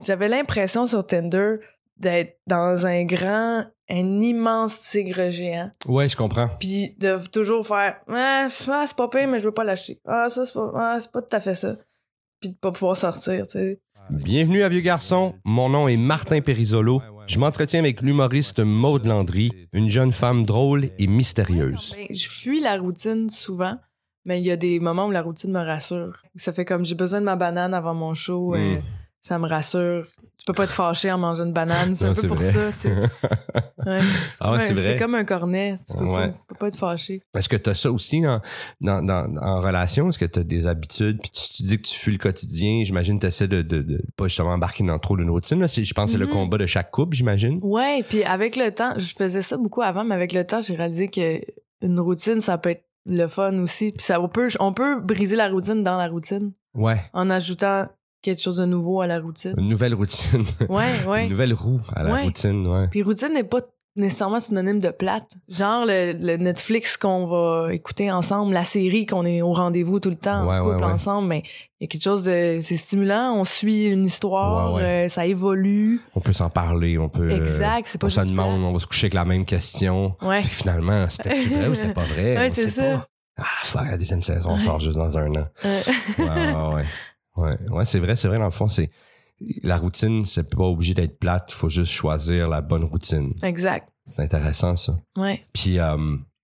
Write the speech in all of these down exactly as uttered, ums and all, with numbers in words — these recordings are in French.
J'avais l'impression sur Tinder d'être dans un grand, un immense tigre géant. Ouais, je comprends. Puis de toujours faire ah, ah, c'est pas pire, mais je veux pas lâcher. Ah, ça, c'est pas, ah, c'est pas tout à fait ça. Puis de pas pouvoir sortir, tu sais. Bienvenue à Vieux Garçon. Mon nom est Martin Périsolo. Je m'entretiens avec l'humoriste Maude Landry, une jeune femme drôle et mystérieuse. Ben, je fuis la routine souvent, mais il y a des moments où la routine me rassure. Ça fait comme j'ai besoin de ma banane avant mon show, mm. euh, ça me rassure. Tu peux pas te fâcher en mangeant une banane, c'est non, un peu c'est pour vrai. Ça, tu sais. Ouais, c'est, ah ouais, c'est, vrai. C'est comme un cornet, tu peux, ouais. pas, tu peux pas être fâché. Est-ce que t'as ça aussi dans, dans, dans, en relation? Est-ce que t'as des habitudes? Puis tu, tu dis que tu fuis le quotidien, j'imagine que t'essaies de, de, de pas justement embarquer dans trop d'une routine. Là. C'est, je pense que mm-hmm. c'est le combat de chaque couple, j'imagine. Ouais, puis avec le temps, je faisais ça beaucoup avant, mais avec le temps, j'ai réalisé que une routine, ça peut être le fun aussi. Puis ça on peut, on peut briser la routine dans la routine. Ouais. En ajoutant quelque chose de nouveau à la routine. Une nouvelle routine. Ouais, ouais. Une nouvelle roue à la ouais. routine, ouais. Puis routine n'est pas nécessairement synonyme de plate. Genre le, le Netflix qu'on va écouter ensemble, la série qu'on est au rendez-vous tout le temps, ouais, en couple ouais, ouais. ensemble, mais il y a quelque chose de... C'est stimulant, on suit une histoire, ouais, ouais. Euh, ça évolue. On peut s'en parler, on peut... Exact, c'est pas on juste... On se demande, plate. On va se coucher avec la même question. Ouais. Puis finalement, c'était-tu vrai ou c'était pas vrai? Ouais, on c'est sait ça. Pas. Ah, ça, la deuxième saison, on sort juste dans un an. ouais, ouais, ouais. Ouais, ouais, c'est vrai, c'est vrai, dans le fond, c'est la routine, c'est pas obligé d'être plate, il faut juste choisir la bonne routine. Exact. C'est intéressant, ça. Ouais. Puis, euh,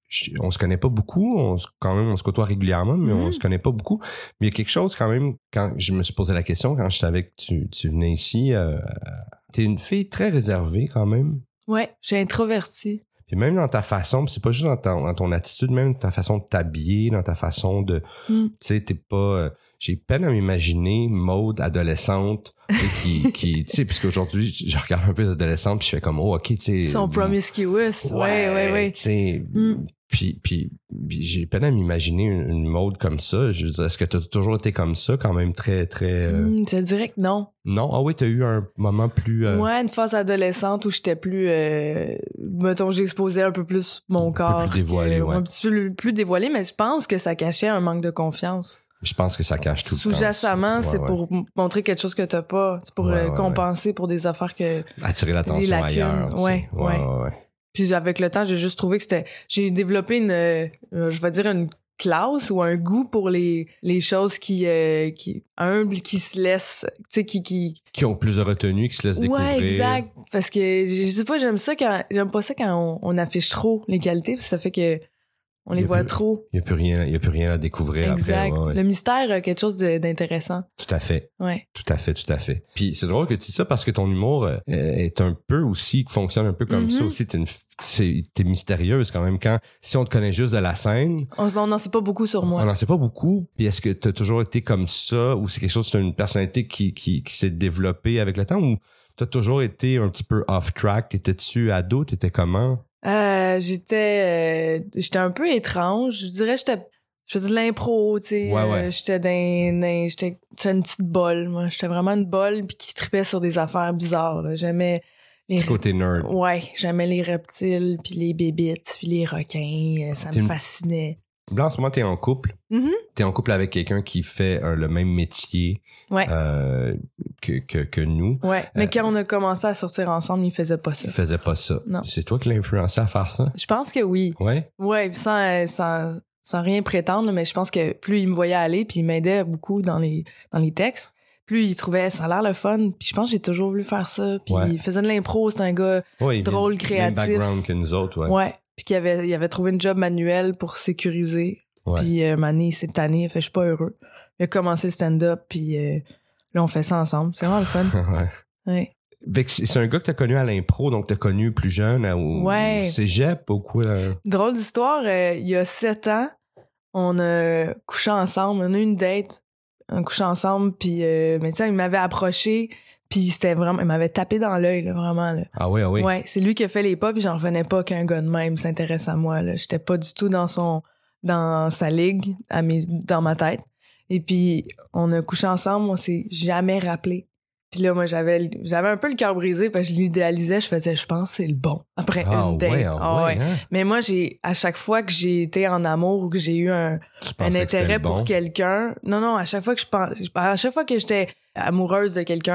on se connaît pas beaucoup, on se, quand même, on se côtoie régulièrement, mais mm-hmm. on se connaît pas beaucoup. Mais il y a quelque chose, quand même, quand je me suis posé la question, quand je savais que tu, tu venais ici, euh, t'es une fille très réservée, quand même. Ouais, j'ai introvertie. Puis même dans ta façon, c'est pas juste dans, ta, dans ton attitude, même dans ta façon de t'habiller, dans ta façon de... Mm. Tu sais, t'es pas... Euh, j'ai peine à m'imaginer Maude adolescente, tu sais, qui... qui tu sais, puisqu'aujourd'hui, je regarde un peu les adolescentes, puis je fais comme, oh, OK, tu sais... Ils sont promiscuous, ouais, ouais, ouais. ouais. Tu sais... Mm. Puis, puis, puis j'ai peine à m'imaginer une, une mode comme ça. Je veux dire, est-ce que t'as toujours été comme ça, quand même très, très... Euh... Mm, je dirais que non. Non? Ah oui, t'as eu un moment plus... Euh... Ouais, une phase adolescente où j'étais plus... Euh... Mettons, j'exposais un peu plus mon un corps. Un peu plus dévoilé, que... ouais. Un petit peu plus, plus dévoilé, mais je pense que ça cachait un manque de confiance. Je pense que ça cache tout le temps. Sous-jacemment, ouais, c'est ouais. pour montrer quelque chose que t'as pas. C'est pour ouais, euh, ouais, compenser ouais. pour des affaires que... Attirer l'attention ailleurs. Ouais, ouais, ouais. ouais, ouais. Puis avec le temps, j'ai juste trouvé que c'était... J'ai développé une... Euh, je vais dire une classe ou un goût pour les, les choses qui... Euh, qui humbles, qui se laissent... Tu sais, qui, qui... Qui ont plus de retenue, qui se laissent découvrir. Ouais, exact. Parce que, je sais pas, j'aime ça quand... J'aime pas ça quand on, on affiche trop les qualités, parce que ça fait que... On les voit plus, trop. Il n'y a plus rien, il y a plus rien à découvrir exact. après. Ouais, ouais. Le mystère a quelque chose de, d'intéressant. Tout à fait. Ouais. Tout à fait, tout à fait. Puis c'est drôle que tu dis ça parce que ton humour euh, est un peu aussi, fonctionne un peu comme mm-hmm. ça aussi. T'es, une, c'est, t'es mystérieuse quand même. Quand, si on te connaît juste de la scène. On n'en sait pas beaucoup sur moi. On n'en sait pas beaucoup. Puis est-ce que tu as toujours été comme ça ou c'est quelque chose, c'est une personnalité qui, qui, qui s'est développée avec le temps ou tu as toujours été un petit peu off-track? T'étais-tu ado? T'étais comment? Euh, j'étais, euh, j'étais un peu étrange. Je dirais, j'étais, je faisais de l'impro, tu sais. Ouais, ouais. Euh, j'étais dans, dans j'étais, j'étais une petite bolle, moi. J'étais vraiment une bolle puis qui tripait sur des affaires bizarres, là. J'aimais les... Petit côté nerd. Ouais, j'aimais les reptiles puis les bébites puis les requins. Ça T'es me fascinait. Là, en ce moment, t'es en couple. Mm-hmm. T'es en couple avec quelqu'un qui fait euh, le même métier ouais. euh, que, que, que nous. Ouais, mais euh, quand on a commencé à sortir ensemble, il faisait pas ça. Il faisait pas ça. Non. C'est toi qui l'as influencé à faire ça? Je pense que oui. Ouais? Ouais, sans, sans, sans rien prétendre, mais je pense que plus il me voyait aller, puis il m'aidait beaucoup dans les, dans les textes, plus il trouvait ça a l'air le fun. Puis je pense que j'ai toujours voulu faire ça. Puis ouais. il faisait de l'impro, c'est un gars ouais, drôle, il créatif. Même background que nous autres, ouais. Ouais, puis qu'il avait, il avait trouvé une job manuel pour sécuriser. Ouais. Puis euh, Mané, cette année, il fait « je suis pas heureux ». Il a commencé le stand-up, puis euh, là, on fait ça ensemble. C'est vraiment le fun. ouais. Ouais. C'est un gars que t'as connu à l'impro, donc t'as connu plus jeune, au ouais. cégep ou quoi? Là? Drôle d'histoire, euh, il y a sept ans, on a couché ensemble, on a eu une date, on a couché ensemble, puis euh, mais tu sais, il m'avait approché, puis c'était vraiment, il m'avait tapé dans l'œil, là, vraiment. Là. Ah oui, ah oui? Ouais, c'est lui qui a fait les pas, puis j'en revenais pas qu'un gars de même s'intéresse à moi, là. J'étais pas du tout dans son... dans sa ligue, à mes, dans ma tête. Et puis, on a couché ensemble, on s'est jamais rappelé. Puis là, moi, j'avais j'avais un peu le cœur brisé parce que je l'idéalisais, je faisais, je pense, c'est le bon. Après ah, une date. Ouais, ah, ah, ouais. Hein? Mais moi, j'ai à chaque fois que j'ai été en amour ou que j'ai eu un, un intérêt pour bon? quelqu'un, non, non, à chaque fois que je pense, à chaque fois que j'étais amoureuse de quelqu'un,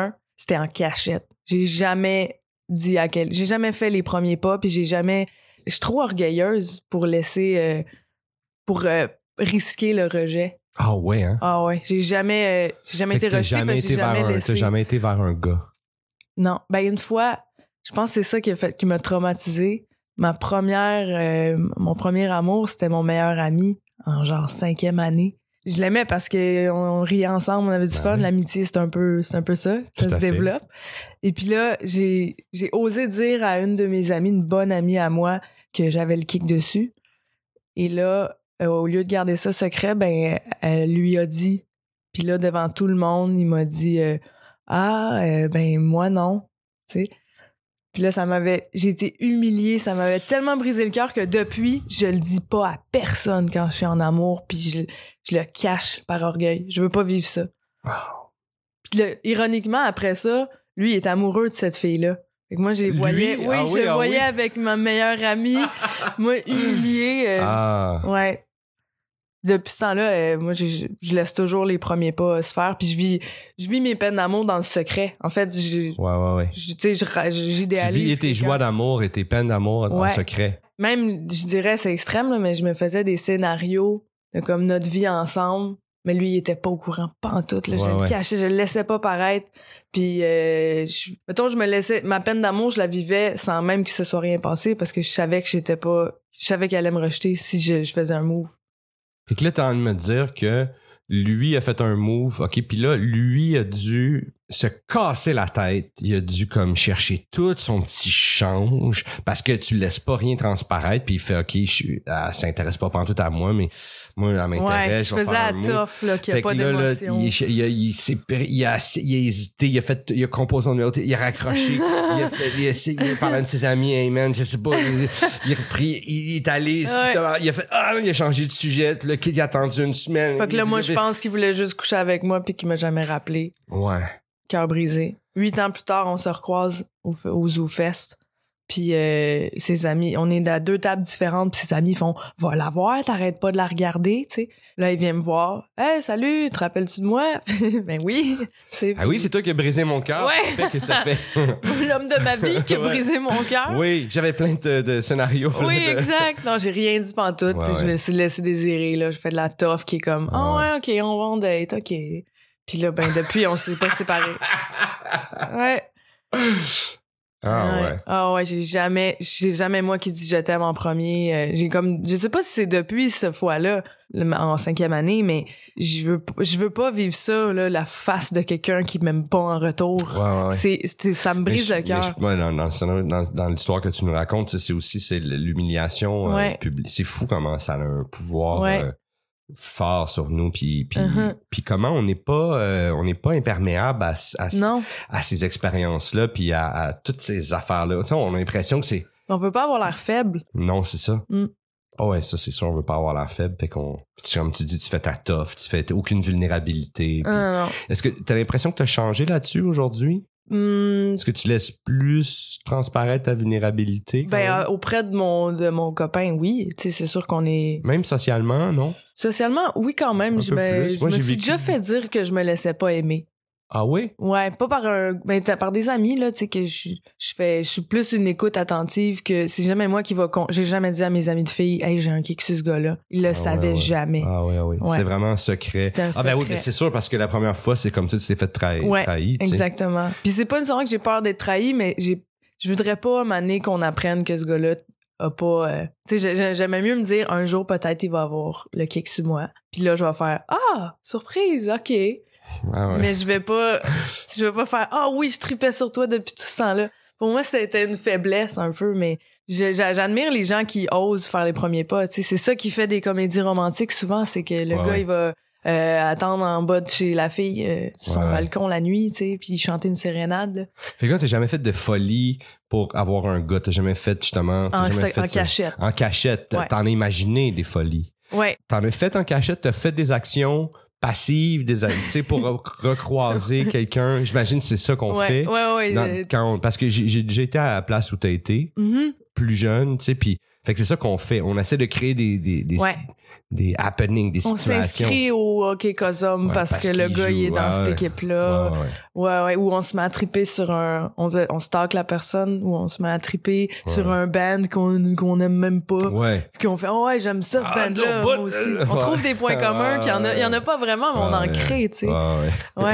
c'était en cachette. J'ai jamais dit à quel... J'ai jamais fait les premiers pas, puis j'ai jamais... Je suis trop orgueilleuse pour laisser... Euh, pour euh, risquer le rejet. Ah ouais, hein? Ah ouais. J'ai jamais, euh, j'ai jamais été rejetée parce que j'ai jamais un, laissé... T'as jamais été vers un gars? Non. Ben, une fois, je pense que c'est ça qui a fait, qui m'a traumatisée. Ma première... Euh, mon premier amour, c'était mon meilleur ami en genre cinquième année. Je l'aimais parce qu'on on riait ensemble, on avait du ben fun. Oui. L'amitié, c'est un peu, c'est un peu ça. Ça Tout se développe. Fait. Et puis là, j'ai, j'ai osé dire à une de mes amies, une bonne amie à moi, que j'avais le kick dessus. Et là, euh, au lieu de garder ça secret, ben, elle lui a dit. Puis là, devant tout le monde, il m'a dit euh, ah, euh, ben, moi non. Tu sais. Puis là, ça m'avait... J'ai été humiliée, ça m'avait tellement brisé le cœur que depuis, je le dis pas à personne quand je suis en amour, puis je, je le cache par orgueil. Je veux pas vivre ça. Wow. Puis là, ironiquement, après ça, lui, il est amoureux de cette fille-là. Fait que moi, je les voyais... Lui? Oui, ah je oui, le ah voyais oui. avec ma meilleure amie, moi, humiliée. Euh, ah. Ouais. Depuis ce temps-là, euh, moi, je, je laisse toujours les premiers pas euh, se faire, puis je vis, je vis mes peines d'amour dans le secret. En fait, je, ouais, ouais, ouais. Tu sais, j'idéalise. Tu vis tes joies d'amour et tes peines d'amour ouais. en secret. Même, je dirais, c'est extrême, là, mais je me faisais des scénarios de comme notre vie ensemble, mais lui, il était pas au courant, pas en tout. Là, ouais, je ouais. le cachais, je le laissais pas paraître. Puis, euh, je, mettons, je me laissais, ma peine d'amour, je la vivais sans même qu'il se soit rien passé, parce que je savais que j'étais pas, je savais qu'elle allait me rejeter si je, je faisais un move. Fait que là, t'as envie de me dire que lui a fait un move, OK, puis là, lui a dû se casser la tête. Il a dû comme chercher tout son petit change parce que tu laisses pas rien transparaître, puis il fait OK, je suis, elle s'intéresse pas pantoute à moi, mais moi, elle m'intéresse. Ouais, je, je faisais la tough, là, qu'il n'y a pas là, d'émotion. Là, il, il, il, il, s'est, il, a, il a hésité, il a fait, il a composé son numéro, il a raccroché, il a fait, il a essayé, il a parlé à un de ses amis, hey man, je sais pas, il, il a repris, il est allé, ouais. il a fait, ah, il a changé de sujet, le kid a attendu une semaine. Fait que là, il, moi, il, je pense qu'il voulait juste coucher avec moi puis qu'il m'a jamais rappelé. Ouais. Cœur brisé. Huit ans plus tard, on se recroise au, au Zoo Fest. Puis euh, ses amis, on est à deux tables différentes, puis ses amis font « Va la voir, t'arrêtes pas de la regarder, tu sais. » Là, il vient me voir. « Hey, salut, te rappelles-tu de moi? » Ben oui. T'sais, ah oui, c'est toi qui as brisé mon cœur. Ouais. Ça fait que ça fait... L'homme de ma vie qui a ouais. brisé mon cœur. Oui, j'avais plein de, de scénarios. Oui, de... exact. Non, j'ai rien dit pantoute. Ouais, ouais. Je me suis laissé désirer, là. Je fais de la toffe qui est comme « Ah oh, ouais, OK, on va en date, OK. » Puis là, ben depuis, on s'est pas séparés. Ouais. Ah ouais. Ah ouais, ouais, j'ai jamais, j'ai jamais moi qui dis je t'aime en premier. Euh, j'ai comme, je sais pas si c'est depuis cette fois-là, en cinquième année, mais je veux, je veux pas vivre ça, là, la face de quelqu'un qui m'aime pas en retour. Ouais, ouais, ouais. C'est, c'est, ça me brise je, le cœur. Ouais, dans, dans, dans, dans l'histoire que tu nous racontes, c'est aussi c'est l'humiliation ouais. euh, publique. C'est fou comment ça a un pouvoir. Ouais. Euh, fort sur nous puis puis uh-huh. puis comment on n'est pas euh, on n'est pas imperméable à à, à ces expériences là puis à, à toutes ces affaires là. Tu sais, on a l'impression que c'est on veut pas avoir l'air faible. Non, c'est ça. Mm. Oh ouais, ça c'est sûr, on veut pas avoir l'air faible, fait qu'on comme tu dis, tu fais ta toffe, tu fais aucune vulnérabilité. Puis... Uh, non. Est-ce que tu as l'impression que tu as changé là-dessus aujourd'hui? Mm. Est-ce que tu laisses plus transparaître ta vulnérabilité? Ben euh, auprès de mon de mon copain, oui. Tu sais, c'est sûr qu'on est. Même socialement, non? Socialement, oui quand même. Je, ben, je Moi, me j'ai suis vécu... déjà fait dire que je me laissais pas aimer. Ah oui? Ouais, pas par un, ben par des amis là, tu sais que je je fais, je suis plus une écoute attentive que c'est jamais moi qui va con... j'ai jamais dit à mes amis de filles, hey j'ai un kick sur ce gars-là, ils le ah savaient ouais, ouais. jamais. Ah oui, oui, ouais. C'est vraiment un secret. Un ah secret. ben oui, mais c'est sûr parce que la première fois c'est comme ça tu t'es fait trahi, ouais, trahi. Exactement. Puis c'est pas nécessairement que j'ai peur d'être trahi, mais j'ai, je voudrais pas m'amener qu'on apprenne que ce gars-là a pas, euh... tu sais, j'aimais mieux me dire un jour peut-être il va avoir le kick sur moi, puis là je vais faire ah surprise, ok. Ah ouais. Mais je vais pas je vais pas faire ah oh oui je tripais sur toi depuis tout ce temps-là. Pour moi c'était une faiblesse un peu, mais je, j'admire les gens qui osent faire les premiers pas. Tu sais, c'est ça qui fait des comédies romantiques souvent, c'est que le ouais, gars ouais. il va euh, attendre en bas de chez la fille euh, sur son ouais. balcon la nuit, tu sais, puis chanter une sérénade là. Fait que là t'as jamais fait de folie pour avoir un gars, t'as jamais fait justement t'as en, jamais fait en cachette en cachette ouais. T'en as imaginé des folies, ouais t'en as fait en cachette, t'as fait des actions passive des tu sais pour recroiser quelqu'un, j'imagine que c'est ça qu'on ouais, fait ouais ouais dans, quand on, parce que j'ai, j'ai déjà été à la place où t'as été mm-hmm. plus jeune, tu sais, puis Fait que c'est ça qu'on fait. On essaie de créer des, des, des, ouais. des happenings, des on situations. On s'inscrit au hockey Cosum ouais, parce, parce que le gars, joue, il est dans ouais, cette ouais. équipe-là. Ouais, ouais. ouais, ouais. Ou on se met à triper sur un... On, on stalk la personne, ou on se met à triper ouais. sur un band qu'on qu'on aime même pas. Ouais. Puis qu'on fait, oh ouais, j'aime ça, ce ah, band-là, no, moi but... aussi. Ouais. On trouve des points communs, qu'il y en a, il y en a pas vraiment, mais on ouais. en crée, tu sais. Ouais, ouais.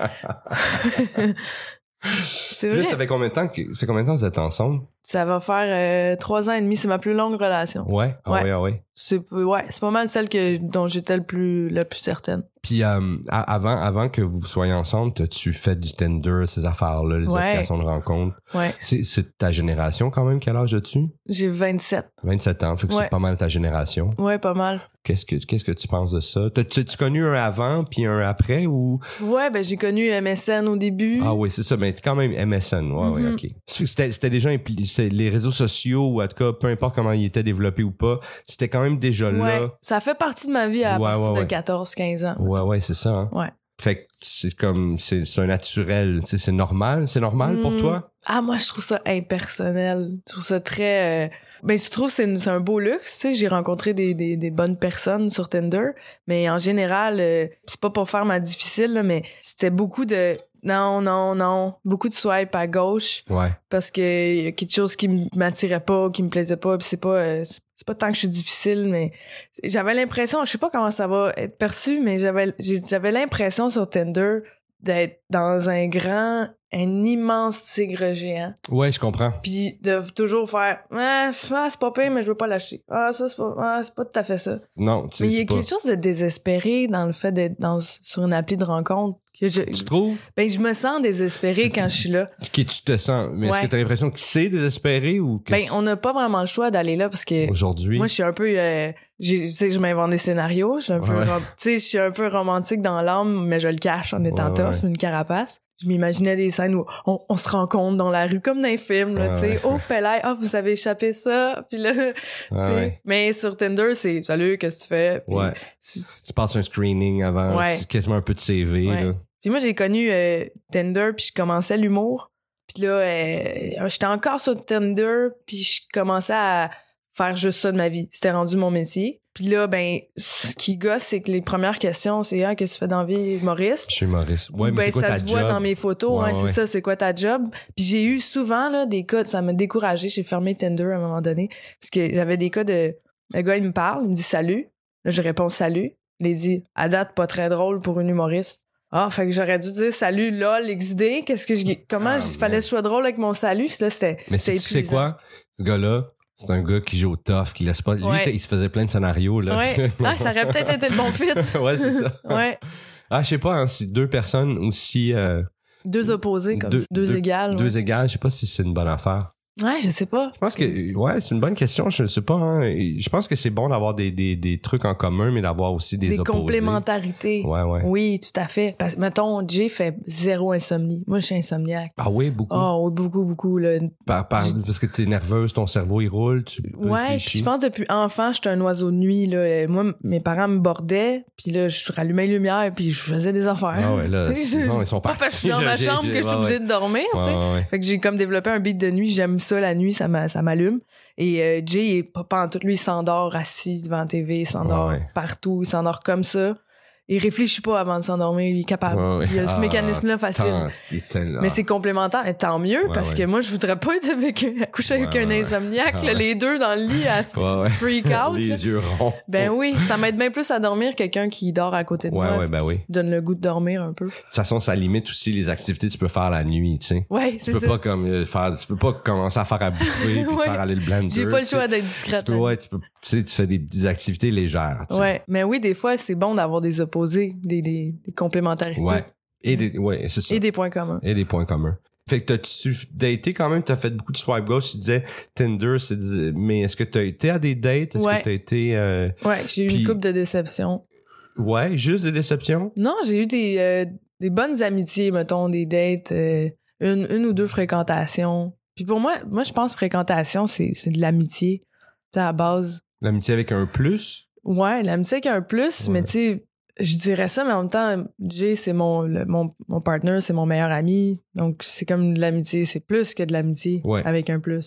Ouais. C'est vrai. Là, ça fait combien de temps que, ça fait combien de temps que vous êtes ensemble? Ça va faire euh, trois ans et demi, c'est ma plus longue relation. Ouais, ah ouais, ouais, ah ouais. C'est, ouais, c'est pas mal celle que, dont j'étais le plus, la plus certaine. Puis euh, avant, avant que vous soyez ensemble, t'as-tu fait du Tinder, ces affaires-là, les ouais. applications de rencontres? Ouais. C'est, c'est ta génération quand même, quel âge as-tu? J'ai vingt-sept. vingt-sept ans, fait que ouais. c'est pas mal ta génération. Ouais, pas mal. Qu'est-ce que, qu'est-ce que tu penses de ça? T'as-tu, tu connu un avant puis un après ou? Ouais, ben j'ai connu M S N au début. Ah oui, c'est ça, mais quand même M S N, ouais, mm-hmm. ouais, ok. C'était, c'était déjà impli- c'était les réseaux sociaux ou en tout cas, peu importe comment ils étaient développés ou pas, c'était quand même déjà ouais. là. Ça fait partie de ma vie à ouais, partir ouais, de ouais. quatorze quinze ans. Ouais, ouais, c'est ça. Hein? Ouais. Fait que c'est comme, c'est, c'est un naturel, tu sais, c'est normal, c'est normal mmh. pour toi? Ah, moi, je trouve ça impersonnel. Je trouve ça très... Euh... Ben, je trouve que c'est, une, c'est un beau luxe, tu sais. J'ai rencontré des, des, des bonnes personnes sur Tinder, mais en général, euh, c'est pas pour faire ma difficile, là, mais c'était beaucoup de... Non, non, non. Beaucoup de swipe à gauche. Ouais. Parce que y a quelque chose qui m'attirait pas, qui me plaisait pas, pis c'est pas... Euh, c'est pas tant que je suis difficile, mais j'avais l'impression, je sais pas comment ça va être perçu, mais j'avais j'avais l'impression sur Tinder d'être dans un grand, un immense tigre géant. Ouais, je comprends. Puis de toujours faire ah, c'est pas pire, mais je veux pas l'acheter. Ah, ça, c'est pas, ah, c'est pas tout à fait ça. Non, tu sais. Mais il y a pas... quelque chose de désespéré dans le fait d'être dans, sur une appli de rencontre. Que je, tu trouves? Ben, je me sens désespérée c'est... quand je suis là. Qui tu te sens? Mais ouais. Est-ce que t'as l'impression que c'est désespéré ou que ben, on n'a pas vraiment le choix d'aller là parce que. Aujourd'hui. Moi, je suis un peu, euh, tu sais, je m'invente des scénarios. Je suis un peu, ouais. rom- tu sais, je suis un peu romantique dans l'âme, mais je le cache en étant ouais, tough, ouais. une carapace. Je m'imaginais des scènes où on, on se rencontre dans la rue comme dans les films, là, ouais, tu sais. ouais. Oh, Pelay, ah, oh, vous avez échappé ça. Puis là, tu sais. Ouais. Mais sur Tinder, c'est salut, qu'est-ce que tu fais? Puis, ouais. c'est... Tu passes un screening avant, ouais. c'est quasiment un peu de C V, ouais. là. Puis moi, j'ai connu euh, Tinder, puis je commençais l'humour. Puis là, euh, j'étais encore sur Tinder, puis je commençais à faire juste ça de ma vie. C'était rendu mon métier. Puis là, ben, ce qui gosse, c'est que les premières questions, c'est ah, qu'est-ce que tu fais dans la vie, humoriste? Je suis humoriste. Ouais, mais ben, c'est quoi ça ta se job? voit dans mes photos, ouais, hein, ouais. c'est ça, c'est quoi ta job? Puis j'ai eu souvent là des cas, ça m'a découragée, j'ai fermé Tinder à un moment donné, parce que j'avais des cas de, le gars il me parle, il me dit salut, là je réponds salut, il dit à date pas très drôle pour une humoriste. Ah, fait que j'aurais dû dire salut, lol, X D, qu'est-ce que je, comment il ah, fallait que je sois drôle avec mon salut, là c'était, mais c'était tu sais quoi, ce gars-là, c'est un gars qui joue au tough, qui laisse pas, lui, ouais. il se faisait plein de scénarios, là. Ouais. Ah, ça aurait peut-être été le bon fit. ouais, c'est ça. Ouais. Ah, je sais pas, hein, si deux personnes aussi, euh, deux opposés, comme deux, deux, deux égales. Deux ouais. égales, je sais pas si c'est une bonne affaire. Ouais, je sais pas. Je pense que, ouais, c'est une bonne question, je sais pas, hein. Je pense que c'est bon d'avoir des, des, des trucs en commun, mais d'avoir aussi des, des opposés. complémentarités. Ouais, ouais. Oui, tout à fait. Parce que, mettons, Jay fait zéro insomnie. Moi, je suis insomniaque. Ah oui, beaucoup. Oh, oui, beaucoup, beaucoup, là. Par, par, parce que t'es nerveuse, ton cerveau, il roule, tu ouais, puis je pense depuis enfant, j'étais un oiseau de nuit, là. Moi, mes parents me bordaient, puis là, je rallumais les lumières, puis je faisais des affaires. Ah ouais, là, sinon, ils sont pas partis. Pas parce que je suis dans ma chambre que je suis obligée de dormir, tu sais. Ouais, ouais. Fait que j'ai comme développé un beat de nuit. J'aime ça, la nuit, ça m'a ça m'allume. Et euh, Jay, il est pas, pas en tout, lui, il s'endort assis devant la T V, il s'endort ouais, ouais. partout, il s'endort comme ça. Il réfléchit pas avant de s'endormir, il est capable. Ouais, ouais. Il a ce ah, mécanisme-là facile. Mais c'est complémentaire, et tant mieux, ouais, parce ouais. que moi, je voudrais pas être avec, coucher avec ouais, un ouais. insomniaque, ah, là, ouais. les deux dans le lit à ouais, ouais. freak out. Les là. yeux ronds. Ben oui, ça m'aide bien plus à dormir quelqu'un qui dort à côté de ouais, moi. Ouais, ben oui. Donne le goût de dormir un peu. De toute façon, ça limite aussi les activités que tu peux faire la nuit, tu sais. Ouais, c'est ça. Tu peux pas comme faire, tu peux pas commencer à faire à bouffer puis ouais. faire aller le blender. J'ai pas le choix d'être discrète. Tu peux, ouais, tu peux, tu sais, tu fais des, des activités légères. T'sais. Ouais, mais oui, des fois, c'est bon d'avoir des opposés, des, des Des complémentarités. Ouais. Et des, ouais, c'est ça. Et des points communs. Et des points communs. Fait que t'as-tu daté quand même, t'as fait beaucoup de swipe gauche, tu disais Tinder, c'est, mais est-ce que t'as été à des dates? Est-ce ouais. que t'as été, euh, ouais, j'ai eu pis... une couple de déceptions. Ouais, juste des déceptions? Non, j'ai eu des, euh, des bonnes amitiés, mettons, des dates, euh, une, une ou deux fréquentations. Puis pour moi, moi, je pense que fréquentation, c'est, c'est de l'amitié. C'est à la base. L'amitié avec un plus? Ouais, l'amitié avec un plus, ouais. mais tu sais, je dirais ça, mais en même temps, Jay, c'est mon, le, mon, mon partner, c'est mon meilleur ami. Donc, c'est comme de l'amitié. C'est plus que de l'amitié ouais. avec un plus.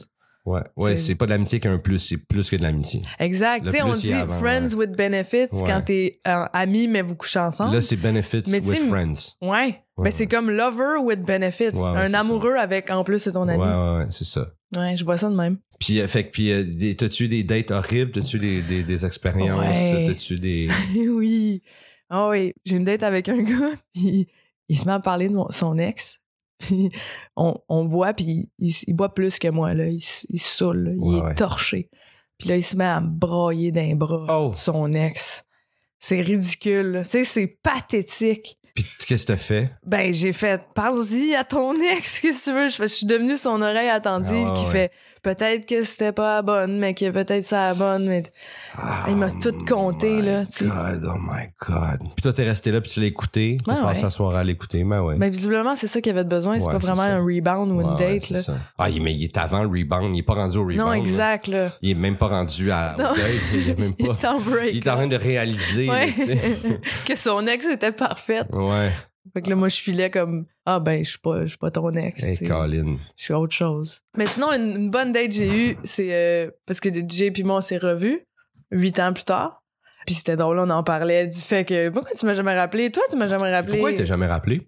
Ouais, ouais, c'est, c'est pas de l'amitié qu'un plus, c'est plus que de l'amitié. Exact. Tu sais, on dit avant, friends ouais. with benefits ouais. quand t'es euh, ami, mais vous couchez ensemble. Là, c'est benefits mais with friends. Ouais. ouais ben, ouais. c'est comme lover with benefits. Ouais, ouais, un amoureux ça. Avec, en plus, c'est ton ami. Ouais, ouais, ouais, c'est ça. Ouais, je vois ça de même. Puis, euh, fait que, puis, euh, des, t'as-tu des dates horribles? T'as-tu des, des, des expériences? Ouais. T'as-tu des... oui. Oh oui. J'ai une date avec un gars, puis il se met à parler de mon, son ex. Puis on, on boit, puis il, il boit plus que moi, là. Il, il se saoule, là. Il ouais, est ouais. torché. Puis là, il se met à me brailler d'un bras oh. de son ex. C'est ridicule, là. Tu sais, c'est pathétique. Puis qu'est-ce que t'as fait? Ben, j'ai fait « Parle-y à ton ex, qu'est-ce que tu veux? » Je, je suis devenue son oreille attentive ah, qui ouais. fait « Peut-être que c'était pas la bonne, mais que peut-être ça la bonne. » Mais oh, il m'a tout compté, là. Oh my God, oh my God. Puis toi, t'es resté là, puis tu l'as écouté. T'as ben passé ouais. la soirée à l'écouter, ben ouais. Ben visiblement, c'est ça qu'il avait besoin. C'est ouais, pas c'est vraiment ça. Un rebound ou une ouais, date, ouais, là. Ça. Ah, mais il est avant le rebound. Il est pas rendu au rebound. Non, exact, là. là. Il est même pas rendu à, au date. Il est même pas... il est en break. Il est en train de réaliser, ouais. là, tu sais. que son ex était parfaite. Ouais. Fait que là, moi, je filais comme « Ah, ben, je suis pas, je suis pas ton ex. » Hey, Colin. Je suis autre chose. Mais sinon, une, une bonne date que j'ai eue, c'est... Euh, parce que Jay puis moi, on s'est revus huit ans plus tard. Puis c'était drôle, on en parlait du fait que... Pourquoi tu m'as jamais rappelé? Toi, tu m'as jamais rappelé? Pourquoi il t'a jamais rappelé?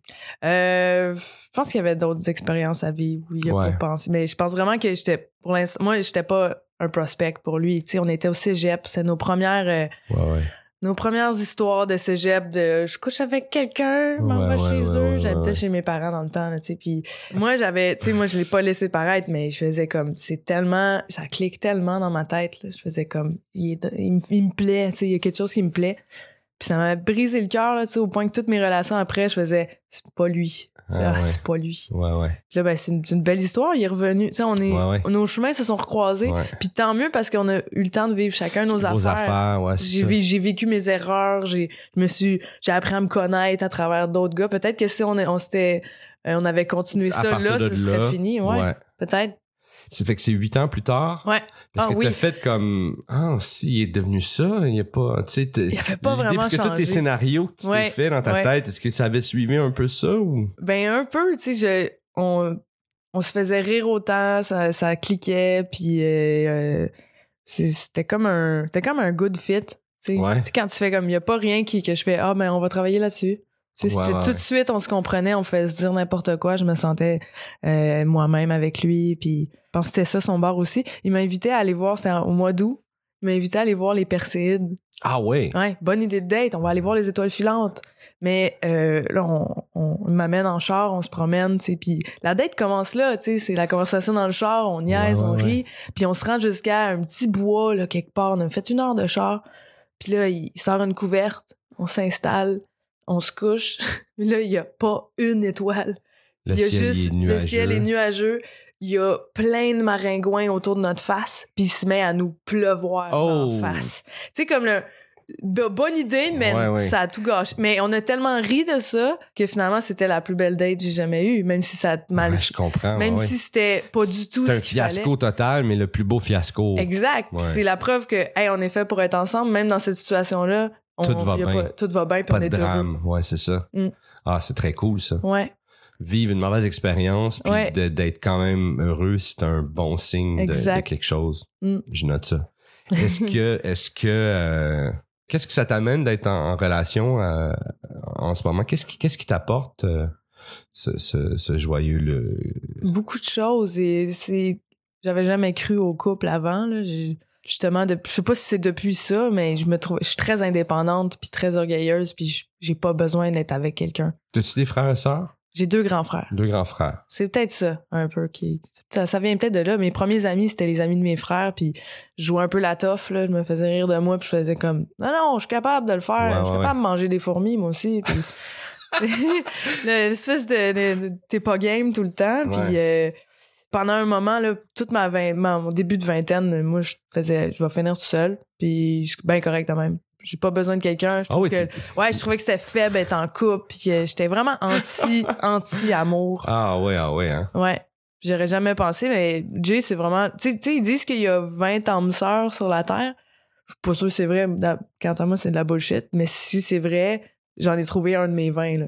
Euh, je pense qu'il y avait d'autres expériences à vivre où il a ouais. pas pensé. Mais je pense vraiment que j'étais... Pour l'instant, moi, j'étais pas un prospect pour lui. Tu sais, on était au cégep. C'était nos premières... Euh, ouais, ouais. Nos premières histoires de cégep de je couche avec quelqu'un, m'en va chez ouais, eux, ouais, j'habitais ouais. chez mes parents dans le temps, tu sais, puis moi j'avais, tu sais, moi je l'ai pas laissé paraître, mais je faisais comme, c'est tellement, ça clique tellement dans ma tête, là, je faisais comme, il, est, il, il me plaît, tu sais, il y a quelque chose qui me plaît, puis ça m'a brisé le cœur, là, tu sais, au point que toutes mes relations après, je faisais, c'est pas lui. C'est, ah, ah, ouais. c'est pas lui. Ouais, ouais. Puis là, ben, c'est une, c'est une belle histoire. Il est revenu. Tu sais, on est, ouais, ouais. nos chemins se sont recroisés. Ouais. Puis tant mieux parce qu'on a eu le temps de vivre chacun nos Vos affaires. affaires, ouais, c'est j'ai, ça. Vé, j'ai vécu mes erreurs. J'ai, je me suis, j'ai appris à me connaître à travers d'autres gars. Peut-être que si on, on s'était, euh, on avait continué ça là, ce serait là, fini. Ouais. ouais. Peut-être. Ça fait que c'est huit ans plus tard. Ouais. Parce ah, que oui. t'as fait comme, ah, si, il est devenu ça, il y a pas, tu sais, il avait pas vraiment parce que changé. tous tes scénarios que tu ouais. t'es fait dans ta ouais. tête, est-ce que ça avait suivi un peu ça ou? Ben, un peu, tu sais, je, on, on se faisait rire autant, ça, ça cliquait, puis euh, euh, c'était comme un, c'était comme un good fit, tu sais. Ouais. Quand tu fais comme, il y a pas rien qui, que je fais, ah, ben, on va travailler là-dessus. Ouais, c'était ouais, tout ouais. de suite, on se comprenait, on faisait se dire n'importe quoi. Je me sentais euh, moi-même avec lui, puis je pense que c'était ça son bar aussi. Il m'a invité à aller voir, c'était au mois d'août, il m'a invité à aller voir les Perséides. Ah ouais? Ouais, bonne idée de date, on va aller voir les étoiles filantes. Mais euh, là, on, on, on m'amène en char, on se promène, tu sais, puis la date commence là, tu sais, c'est la conversation dans le char, on niaise, ouais, ouais, on rit, ouais. Puis on se rend jusqu'à un petit bois, là, quelque part, on a fait une heure de char, puis là, il sort une couverte, on s'installe, on se couche, puis là, il y a pas une étoile. Le il y a ciel juste, est nuageux. Le ciel est nuageux, il y a plein de maringouins autour de notre face, puis il se met à nous pleuvoir oh. en face. Tu sais, comme le... bonne idée, mais ouais, ouais. ça a tout gâché. Mais on a tellement ri de ça que finalement, c'était la plus belle date que j'ai jamais eue, même si ça a mal... Ouais, je comprends. Même ouais. si c'était pas du tout c'est ce un qu'il fallait. fiasco total, mais le plus beau fiasco. Exact. Ouais. C'est la preuve que, hey, on est fait pour être ensemble, même dans cette situation-là. On, tout va bien. Pas, tout va bien, puis pas on est de drame. heureux. Ouais, c'est ça. Mm. Ah, c'est très cool, ça. Ouais. Vivre une mauvaise expérience, puis ouais. de, d'être quand même heureux, c'est un bon signe de, de quelque chose. Mm. Je note ça. Est-ce que, est-ce que, euh, qu'est-ce que ça t'amène d'être en, en relation euh, en ce moment? Qu'est-ce qui, qu'est-ce qui t'apporte euh, ce, ce, ce joyeux le... Beaucoup de choses. Et c'est, j'avais jamais cru au couple avant. Là. J'ai, justement, de, je sais pas si c'est depuis ça, mais je me trouve, je suis très indépendante puis très orgueilleuse puis j'ai pas besoin d'être avec quelqu'un. T'as-tu des frères et sœurs? J'ai deux grands frères. Deux grands frères. C'est peut-être ça, un peu. qui Ça, ça vient peut-être de là. Mes premiers amis, c'était les amis de mes frères, puis je jouais un peu la toffe, là. Je me faisais rire de moi, puis je faisais comme « Non, non, je suis capable de le faire. Ouais, je suis ouais, capable ouais. de manger des fourmis, moi aussi. » Puis l'espèce de, de, de... T'es pas game tout le temps. Puis ouais. euh, pendant un moment, là, toute ma, vingt, ma mon début de vingtaine, moi, je faisais « Je vais finir tout seul. » Puis je suis bien correct quand même. J'ai pas besoin de quelqu'un. Je trouve oh oui, que, ouais, je trouvais que c'était faible être en couple, puis que j'étais vraiment anti, anti-amour. Ah ouais, ah ouais, hein. Ouais. J'aurais jamais pensé, mais Jay, c'est vraiment, tu sais, ils disent qu'il y a vingt âmes sœurs sur la Terre. Je suis pas sûre que c'est vrai. Quant à moi, c'est de la bullshit. Mais si c'est vrai, j'en ai trouvé un de mes vingt, là.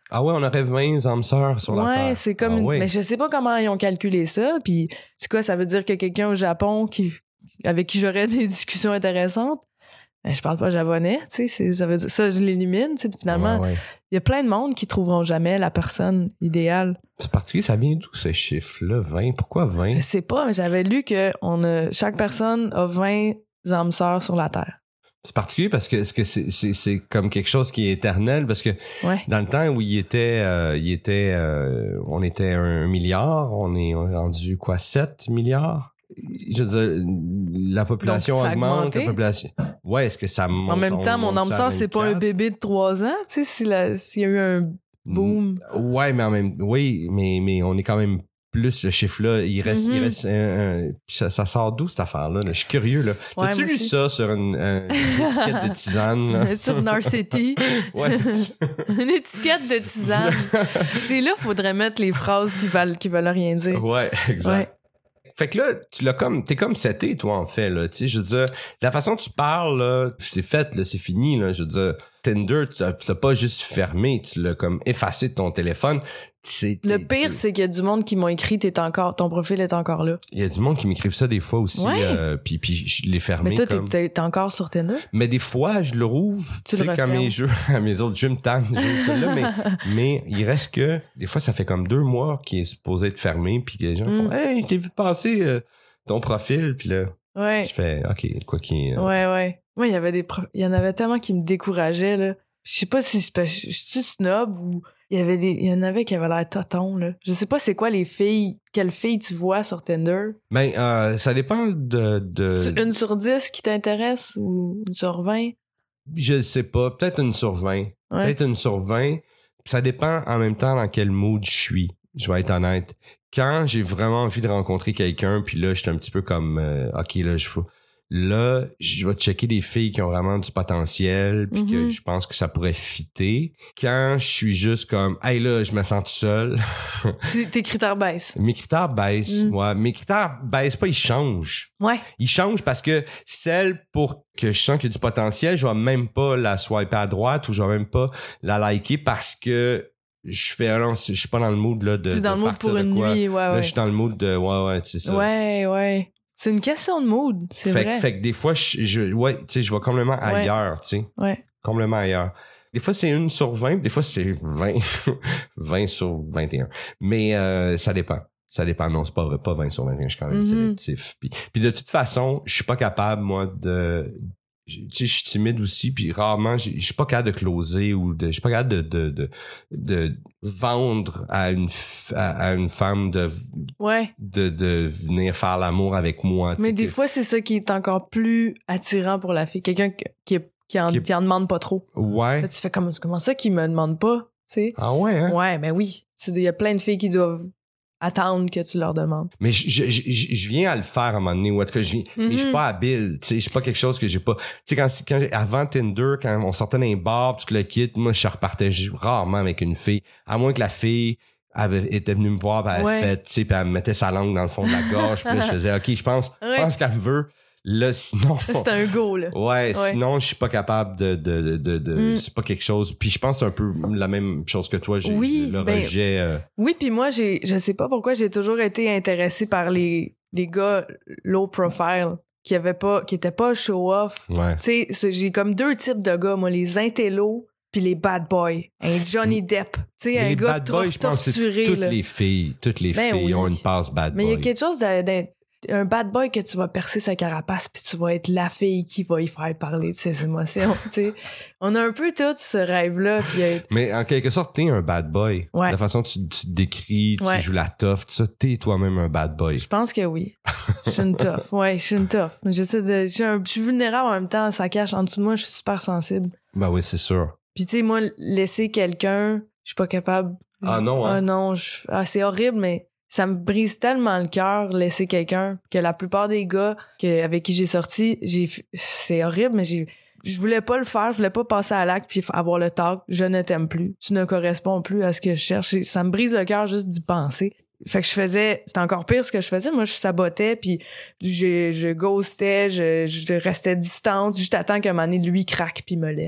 Ah ouais, on aurait vingt âmes sœurs sur ouais, la Terre. Ouais, c'est comme... Ah une... ouais. Mais je sais pas comment ils ont calculé ça, puis c'est quoi, ça veut dire que quelqu'un au Japon qui... avec qui j'aurais des discussions intéressantes, ben, je parle pas japonais, tu sais, ça veut dire... Ça, je l'élimine, tu sais, finalement. Ouais, ouais. Il y a plein de monde qui trouveront jamais la personne idéale. C'est particulier, ça vient d'où ce chiffre-là, vingt? Pourquoi vingt? Je sais pas, mais j'avais lu que on a... chaque personne a vingt âmes sœurs sur la Terre. C'est particulier parce que, est-ce que c'est, c'est, c'est comme quelque chose qui est éternel parce que ouais. dans le temps où il était, euh, il était, euh, on était un milliard, on est, on est rendu quoi, sept milliards? Je veux dire, la population Donc, augmente, la population. Ouais, est-ce que ça monte? En même temps, mon âme sœur, c'est pas un bébé de trois ans, tu sais, s'il, a, s'il y a eu un boom. Ouais, mais en même, oui, mais, mais on est quand même plus ce chiffre-là. Il reste, mm-hmm. il reste un, un, ça, ça sort d'où cette affaire-là? Là? Je suis curieux, là. Ouais, T'as-tu lu aussi? Ça sur une, une étiquette de tisane, là? Sur Narcity. Ouais. Une étiquette de tisane. C'est là, faudrait mettre les phrases qui veulent, qui veulent rien dire. Ouais, exact. Ouais. Fait que là, tu l'as comme, t'es comme seté, toi, en fait, là, tu sais, je veux dire, la façon dont tu parles, là, c'est fait, là, c'est fini, là, je veux dire, Tinder, tu l'as, tu l'as pas juste fermé, tu l'as comme effacé de ton téléphone. C'est, le pire, c'est qu'il y a du monde qui m'ont écrit, t'es encore, ton profil est encore là. Il y a du monde qui m'écrivent ça des fois aussi, ouais. euh, puis puis je l'ai fermé. Mais toi, comme... t'es, t'es encore sur Tinder? Mais des fois, je le rouvre, tu sais, quand mes jeux, mes autres jeux me tannent, celui-là, mais, mais il reste que, des fois, ça fait comme deux mois qu'il est supposé être fermé, puis que les gens mm. font, hey, je t'ai vu passer euh, ton profil, puis là, ouais. je fais, ok, quoi qu'il. Euh... Ouais, ouais. Moi, il y avait des, pro... il y en avait tellement qui me décourageaient, là. Je sais pas si je suis snob ou il y avait des, il y en avait qui avaient l'air toton, là. Je sais pas c'est quoi les filles, quelles filles tu vois sur Tinder. Ben, euh, ça dépend de, de... Une sur dix qui t'intéresse ou une sur vingt? Je sais pas. Peut-être une sur vingt. Ouais. Peut-être une sur vingt. Ça dépend en même temps dans quel mood je suis. Je vais être honnête. Quand j'ai vraiment envie de rencontrer quelqu'un, puis là, je suis un petit peu comme, euh, OK, là, je faut... Là, je vais checker des filles qui ont vraiment du potentiel puis mm-hmm. que je pense que ça pourrait fitter. Quand je suis juste comme, hey là, je me sens tout seul. tu, tes critères baissent. Mes critères baissent, mm. ouais. Mes critères baissent pas, ils changent. Ouais. Ils changent parce que celle pour que je sens qu'il y a du potentiel, je vais même pas la swiper à droite ou je vais même pas la liker parce que je fais, alors, je suis pas dans le mood là de, T'es dans de le mood pour une quoi. nuit, ouais, là, ouais. Je suis dans le mood de, ouais, ouais, c'est ça. Ouais, ouais. C'est une question de mood, c'est fait, vrai. Fait que des fois, je, je ouais, tu sais, je vais complètement ailleurs, ouais. tu sais. Ouais. Complètement ailleurs. Des fois, c'est une sur vingt, des fois, c'est vingt. vingt sur vingt et un. Mais euh, ça dépend. Ça dépend. Non, c'est pas vrai, pas vingt sur vingt et un, je suis quand même mm-hmm. sélectif. Puis, puis de toute façon, je suis pas capable, moi, de... Tu sais, je suis timide aussi, puis rarement, je suis pas capable de closer ou de... Je suis pas capable de, de, de, de vendre à une, à, à une femme de... Ouais. De, de venir faire l'amour avec moi. Mais des que... fois, c'est ça qui est encore plus attirant pour la fille. Quelqu'un qui, est, qui, en, qui, est... qui en demande pas trop. Ouais. Là, tu fais comme, comment ça qu'il me demande pas, tu sais? Ah ouais, hein? Ouais, ben oui. Il y a plein de filles qui doivent attendre que tu leur demandes. Mais je, je, je, je viens à le faire à un moment donné, ou en tout cas, je viens, mm-hmm. mais je suis pas habile, tu sais, je suis pas quelque chose que j'ai pas, tu sais, quand, quand j'ai, avant Tinder, quand on sortait dans les bars, tout le kit, moi, je repartais rarement avec une fille, à moins que la fille avait, était venue me voir, pis elle ouais. fait, tu sais, pis elle me mettait sa langue dans le fond de la gorge, puis là, je faisais, OK, je pense, je ouais. pense qu'elle me veut. Là, sinon... C'est un go, là. Ouais, ouais. Sinon, je suis pas capable de... de, de, de, de mm. C'est pas quelque chose... Puis je pense que c'est un peu la même chose que toi. J'ai, oui, le ben, rejet... Euh... Oui, puis moi, j'ai, je sais pas pourquoi j'ai toujours été intéressée par les, les gars low profile qui avaient pas... qui étaient pas show-off. Ouais. Tu sais, j'ai comme deux types de gars, moi, les intellos puis les bad boys. Un Johnny Depp. Tu sais, un les gars bad boys, je pense que c'est toutes là. les filles. Toutes les ben filles oui. ont une passe bad boy. Mais il y a quelque chose de... de un bad boy que tu vas percer sa carapace puis tu vas être la fille qui va y faire parler de ses émotions, tu sais. On a un peu tout ce rêve-là. Puis euh... Mais en quelque sorte, t'es un bad boy. Ouais. La façon dont tu, tu te décris, tu ouais. joues la tough, tout ça, t'es toi-même un bad boy. Je pense que oui. Je suis une tough. Ouais, je suis une tough. J'essaie de, je suis, un, je suis vulnérable en même temps, ça cache. En dessous de moi, je suis super sensible. Ben oui, c'est sûr. Puis tu sais, moi, laisser quelqu'un, je suis pas capable. Ah non, hein? Ah non, je... ah, c'est horrible, mais... Ça me brise tellement le cœur laisser quelqu'un que la plupart des gars que, avec qui j'ai sorti, j'ai c'est horrible, mais j'ai je voulais pas le faire, je voulais pas passer à l'acte puis avoir le talk. Je ne t'aime plus. Tu ne corresponds plus à ce que je cherche. Ça me brise le cœur juste d'y penser. Fait que je faisais, c'était encore pire ce que je faisais. Moi, je sabotais puis je, je ghostais, je, je restais distante juste à temps qu'un moment donné, lui craque puis me laisse.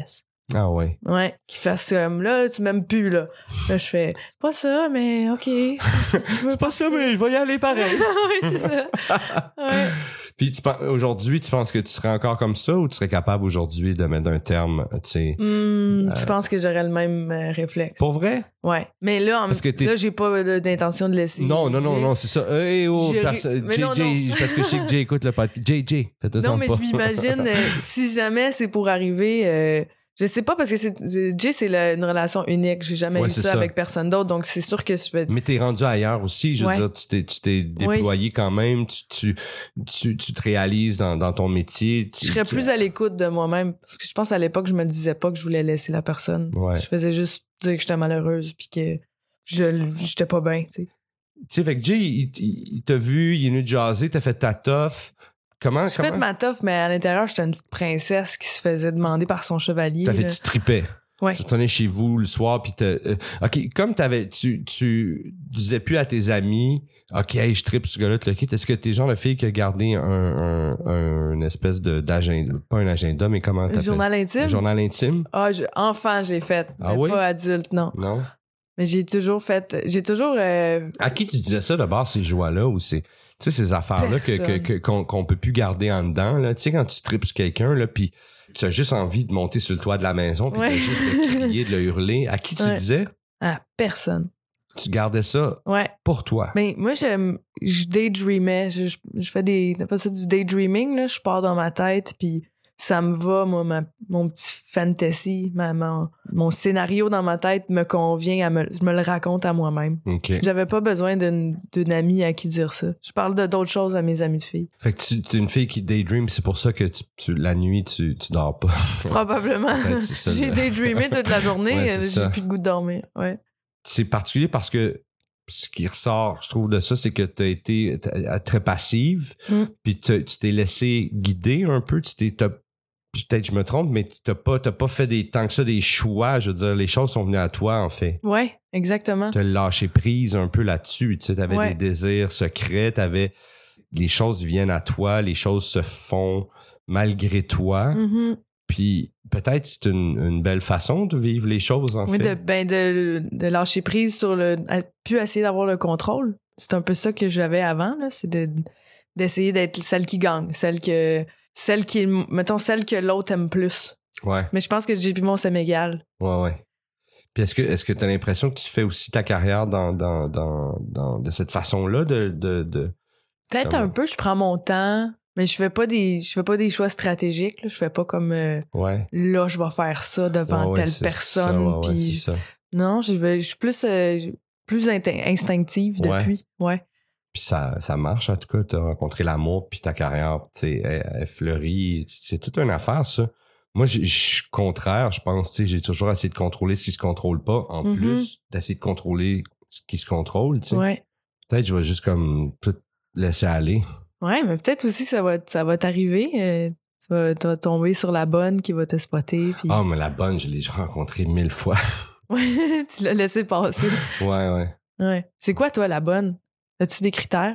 Ah ouais. Ouais, qu'il fasse comme, là, tu m'aimes plus, là. Là, je fais, c'est pas ça, mais OK. C'est pas ça, mais je vais y aller pareil. Oui, c'est ça. Ouais. Puis tu penses, aujourd'hui, tu penses que tu serais encore comme ça ou tu serais capable aujourd'hui de mettre un terme, tu sais? Mm, euh, je pense que j'aurais le même euh, réflexe. Pour vrai? Ouais. Mais là, en Parce que t'es- là, j'ai pas euh, d'intention de laisser. Non, non, non, J'ai- non, c'est ça. Hey, oh, J'ai perso- ri- mais J non, J, non. parce que je sais que Jay écoute le podcast. J J, fais-toi Non, ça mais pas. je m'imagine, euh, si jamais c'est pour arriver, euh, je sais pas, parce que c'est, c'est- Jay, c'est la- une relation unique. J'ai jamais Ouais, eu c'est ça, ça. avec personne d'autre, donc c'est sûr que je vais. Mais t'es rendu ailleurs aussi, je veux Ouais. dire, tu t'es, tu t'es déployé quand même, tu, tu, tu, tu te réalises dans, dans ton métier. Tu, Je serais tu- plus à l'écoute de moi-même, parce que je pense à l'époque, je me disais pas que je voulais laisser la personne. Ouais. Je faisais juste dire que j'étais malheureuse, puis que je j'étais pas bien, tu sais. Tu sais, fait que Jay, il, il- il t'a vu, il est venu te jaser, t'as fait ta toffe. Comment, J'ai comment? fait ma toffe, mais à l'intérieur, j'étais une petite princesse qui se faisait demander par son chevalier. T'as fait, là. tu tripais. Ouais. Tu retournais chez vous le soir, puis t'as... euh, OK, comme t'avais... Tu, tu disais plus à tes amis, OK, hey, je tripe ce gars-là, tu le quittes. Est-ce que t'es le genre de fille qui a gardé un, un, un une espèce de, d'agenda... Pas un agenda, mais comment Un t'appelles? journal intime? Un journal intime? Ah, je- enfant, je l'ai fait. Ah mais oui? pas adulte, non. Non? Mais j'ai toujours fait... J'ai toujours... euh, À qui tu disais ça d'abord, ces joies-là, ou ces... Tu sais, ces affaires-là que, que, Personne. que- qu'on, qu'on peut plus garder en dedans, là. Tu sais, quand tu tripes sur quelqu'un, là, puis tu as juste envie de monter sur le toit de la maison, puis Ouais. de juste le crier, de le hurler. À qui tu Ouais. disais? à personne. Tu gardais ça Ouais. pour toi. Mais moi, j'aime... Je daydreamais. Je, je, je fais des... T'as pas ça du daydreaming, là? Je pars dans ma tête, puis ça me va, moi, ma, mon petit fantasy, ma, mon, mon scénario dans ma tête me convient, à me, je me le raconte à moi-même. OK. J'avais pas besoin d'une, d'une amie à qui dire ça. Je parle de d'autres choses à mes amis de filles. Fait que tu es une fille qui daydream, c'est pour ça que tu, tu- la nuit, tu, tu dors pas. Probablement. Peut-être c'est ça, J'ai le- daydreamé toute la journée, Ouais, c'est euh, j'ai ça. plus de goût de dormir. Ouais. C'est particulier parce que ce qui ressort, je trouve, de ça, c'est que tu as été t- très passive, Mm. puis t'as- tu t'es laissé guider un peu, tu t'es... t'as- Peut-être je me trompe, mais t'as pas, t'as pas fait des, tant que ça des choix. Je veux dire, les choses sont venues à toi, en fait. Ouais, exactement. T'as lâché prise un peu là-dessus. Tu sais, t'avais Ouais. des désirs secrets, t'avais... Les choses viennent à toi, les choses se font malgré toi. Mhm. Puis peut-être c'est une, une belle façon de vivre les choses, en Oui, fait. de, ben de, de lâcher prise sur le... à- plus essayer d'avoir le contrôle. C'est un peu ça que j'avais avant, là. C'est de, d'essayer d'être celle qui gagne. Celle que... Celle qui est... Mettons, celle que l'autre aime plus. Ouais, Mais je pense que J P Mon, ça m'égale. ouais, ouais. Puis est-ce que est-ce que t'as l'impression que tu fais aussi ta carrière dans, dans, dans, dans de cette façon-là de... de, de... Peut-être Comment? un peu, je prends mon temps, mais je fais pas des, je fais pas des choix stratégiques, là. Je fais pas comme, euh, Ouais. là, je vais faire ça devant Ouais, ouais, telle c'est personne. ça, ouais, ouais, puis c'est ça. non, je vais, je suis plus, euh, plus inti- instinctive Ouais. depuis. Ouais. Puis ça, ça marche, en tout cas. T'as rencontré l'amour, puis ta carrière, tu sais, elle, elle fleurit. C'est toute une affaire, ça. Moi, je suis contraire, je pense. Tu sais, j'ai toujours essayé de contrôler ce qui se contrôle pas, en Mhm. plus d'essayer de contrôler ce qui se contrôle, tu sais. Ouais. Peut-être je vais juste comme tout laisser aller. Ouais, mais peut-être aussi ça va, ça va t'arriver. euh, tu, vas, tu vas tomber sur la bonne qui va te spotter. Puis... Ah, mais la bonne, je l'ai déjà rencontrée mille fois. Ouais, tu l'as laissé passer. Ouais, ouais. Ouais. C'est quoi, toi, la bonne? As-tu des critères?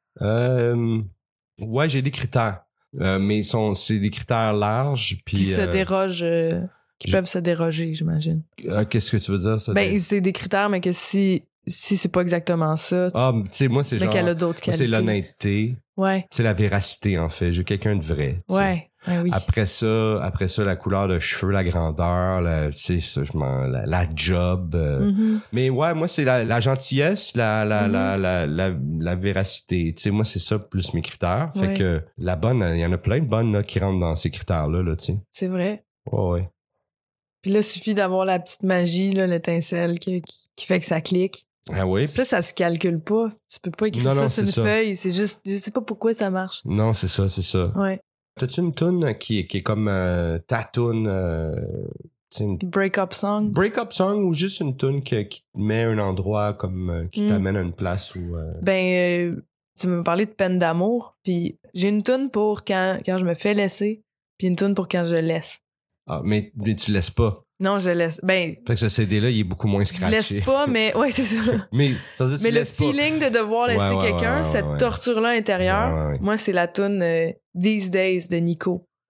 Euh, ouais, j'ai des critères. Euh, mais ils sont, c'est des critères larges. Puis, Qui se euh, dérogent, euh, qui je- peuvent se déroger, j'imagine. euh, qu'est-ce que tu veux dire, ça? Ben, c'est des critères, mais que si, si c'est pas exactement ça, tu- ah, tu sais, moi, c'est mais genre... qu'elle a d'autres moi, c'est qualités. l'honnêteté. Ouais, C'est la véracité, en fait. Je veux quelqu'un de vrai. tu sais. ouais, ouais, oui. Après ça, après ça, la couleur de cheveux, la grandeur, la, tu sais, ça, je m'en- la, la job. euh. Mhm. Mais ouais, moi, c'est la, la gentillesse, la, la, Mhm. la, la, la, la véracité. Tu sais, moi, c'est ça plus mes critères. Fait Ouais. que la bonne, il y en a plein de bonnes là, qui rentrent dans ces critères-là, là, tu sais. C'est vrai. Ouais, ouais. Puis là, il suffit d'avoir la petite magie, là, l'étincelle qui, qui, qui fait que ça clique. Ah oui? Ça, ça se calcule pas. Tu peux pas écrire Non, ça non, sur une c'est ça. feuille. C'est juste, je sais pas pourquoi ça marche. Non, c'est ça, c'est ça. Ouais. T'as-tu une toune qui, est- qui est comme euh, ta toune, euh, tu sais, une Break-up song. break-up song ou juste une toune qui, qui te met à un endroit comme euh, qui Mm. t'amène à une place où... euh, Ben, euh, tu m'as parlé de peine d'amour. Puis j'ai une toune pour quand, quand je me fais laisser. Puis une toune pour quand je laisse. Ah, mais, mais tu laisses pas. Non, je laisse. Ben, Fait que ce C D-là, il est beaucoup moins je scratché. laisse pas, mais ouais, c'est ça. Mais, ça veut dire que Mais tu le laisses pas. feeling de devoir laisser Ouais, ouais, quelqu'un, ouais, ouais, cette ouais. torture-là intérieure, Ouais, ouais, ouais. moi, c'est la toune euh, These Days de Nico.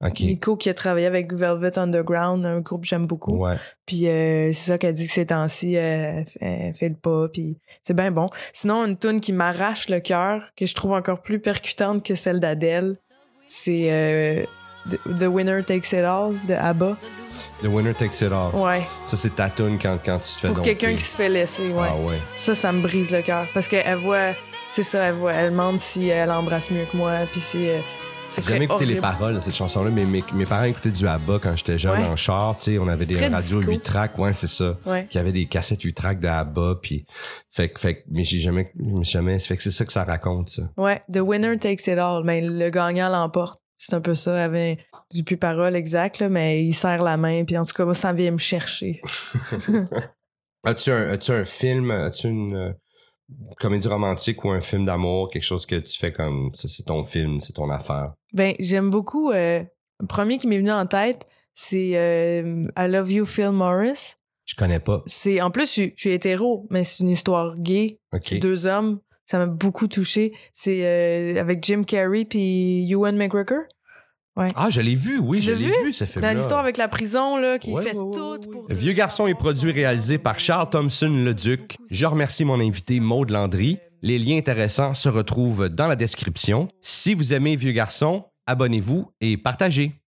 Okay. Nico qui a travaillé avec Velvet Underground, un groupe que j'aime beaucoup. Ouais. Puis euh, c'est ça qu'elle dit que ces temps-ci, elle, elle fait le pas, puis c'est bien bon. Sinon, une tune qui m'arrache le cœur, que je trouve encore plus percutante que celle d'Adèle, c'est euh, The, The Winner Takes It All de ABBA. The Winner Takes It All. Ouais. Ça, c'est ta tune quand, quand tu te fais Pour domper. quelqu'un qui se fait laisser, ouais. Ah ouais. Ça, ça me brise le cœur. Parce qu'elle voit, c'est ça, elle voit, elle demande si elle embrasse mieux que moi, puis si... Euh, J'ai jamais écouté les paroles de cette chanson-là, mais mes, mes parents écoutaient du ABBA quand j'étais jeune, ouais. en char, tu sais, on avait c'est des radios disco. huit tracks, ouais, c'est ça. Ouais. Qui avait des cassettes huit tracks de ABBA, puis fait que, fait que, mais j'ai jamais, jamais, fait que c'est ça que ça raconte, ça. Ouais, The Winner Takes It All, mais le gagnant l'emporte. C'est un peu ça, elle avait du plus parole exact, là, mais il serre la main, puis en tout cas, moi, ça vient me chercher. As-tu un, as-tu un film, as-tu une euh, comédie romantique ou un film d'amour, quelque chose que tu fais comme, ça, c'est ton film, c'est ton affaire? Ben, j'aime beaucoup, euh, le premier qui m'est venu en tête, c'est euh, I Love You, Phil Morris. Je connais pas. C'est, en plus, je, suis- je suis hétéro, mais c'est une histoire gay. OK. Deux hommes. Ça m'a beaucoup touché. C'est euh, avec Jim Carrey puis Ewan McGregor. Ouais. Ah, je l'ai vu, oui, Tu je l'as l'ai vu? vu, ce film-là. Dans l'histoire avec la prison, là, qui Ouais, fait ouais, ouais, tout ouais. pour... Le Vieux garçon est produit et réalisé par Charles Thompson Leduc. Je remercie mon invité Maude Landry. Les liens intéressants se retrouvent dans la description. Si vous aimez Vieux garçon, abonnez-vous et partagez.